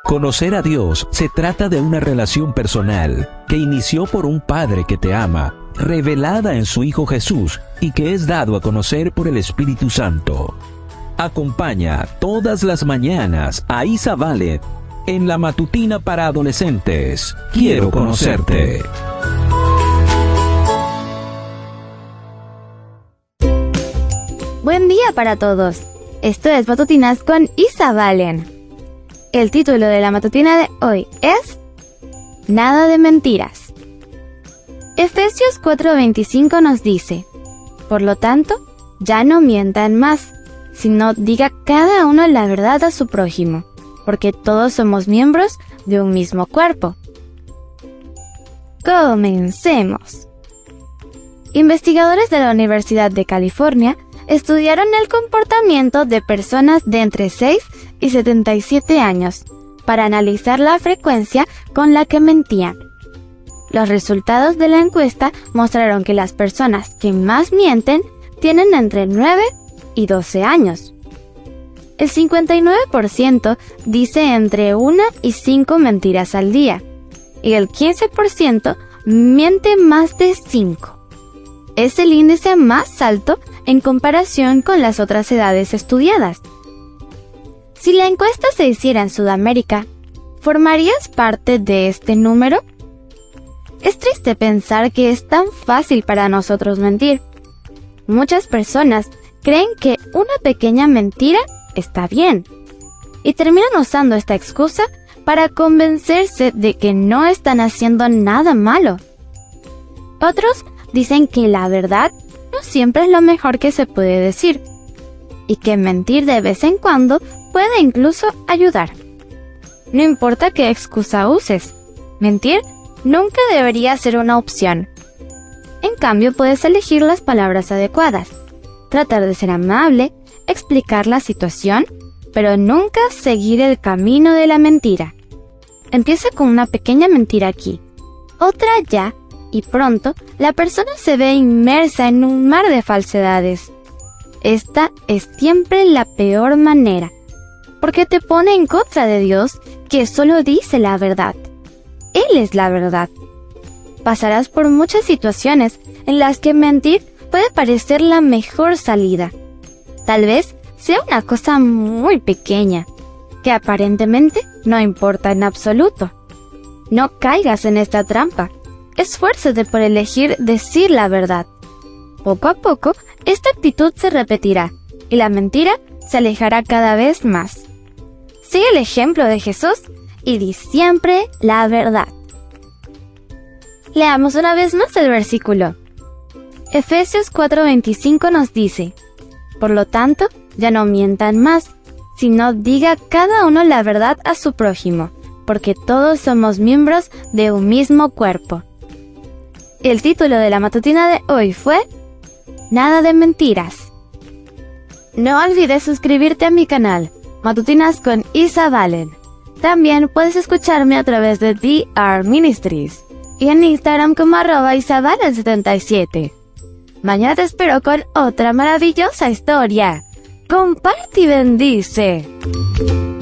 Conocer a Dios se trata de una relación personal que inició por un Padre que te ama, revelada en su Hijo Jesús y que es dado a conocer por el Espíritu Santo. Acompaña todas las mañanas a Isa Valen en la matutina para adolescentes. Quiero conocerte. Buen día para todos. Esto es Matutinas con Isa Valen. El título de la matutina de hoy es Nada de mentiras. Efesios 4:25 nos dice: Por lo tanto, ya no mientan más, sino diga cada uno la verdad a su prójimo, porque todos somos miembros de un mismo cuerpo. Comencemos. Investigadores de la Universidad de California estudiaron el comportamiento de personas de entre 6 y 77 años para analizar la frecuencia con la que mentían. Los resultados de la encuesta mostraron que las personas que más mienten tienen entre 9 y 12 años. El 59% dice entre 1 y 5 mentiras al día, y el 15% miente más de 5. Es el índice más alto en comparación con las otras edades estudiadas. Si la encuesta se hiciera en Sudamérica, ¿formarías parte de este número? Es triste pensar que es tan fácil para nosotros mentir. Muchas personas creen que una pequeña mentira está bien y terminan usando esta excusa para convencerse de que no están haciendo nada malo. Otros dicen que la verdad no siempre es lo mejor que se puede decir y que mentir de vez en cuando puede incluso ayudar. No importa qué excusa uses, mentir nunca debería ser una opción. En cambio, puedes elegir las palabras adecuadas, tratar de ser amable, explicar la situación, pero nunca seguir el camino de la mentira. Empieza con una pequeña mentira aquí, otra allá, y pronto la persona se ve inmersa en un mar de falsedades. Esta es siempre la peor manera, porque te pone en contra de Dios, que solo dice la verdad. Él es la verdad. Pasarás por muchas situaciones en las que mentir puede parecer la mejor salida. Tal vez sea una cosa muy pequeña, que aparentemente no importa en absoluto. No caigas en esta trampa. Esfuérzate por elegir decir la verdad. Poco a poco, esta actitud se repetirá y la mentira se alejará cada vez más. Sigue el ejemplo de Jesús y di siempre la verdad. Leamos una vez más el versículo. Efesios 4:25 nos dice: Por lo tanto, ya no mientan más, sino diga cada uno la verdad a su prójimo, porque todos somos miembros de un mismo cuerpo. El título de la matutina de hoy fue Nada de mentiras. No olvides suscribirte a mi canal, Matutinas con Isa Valen. También puedes escucharme a través de DR Ministries y en Instagram como @isavalen77. Mañana te espero con otra maravillosa historia. Comparte y bendice.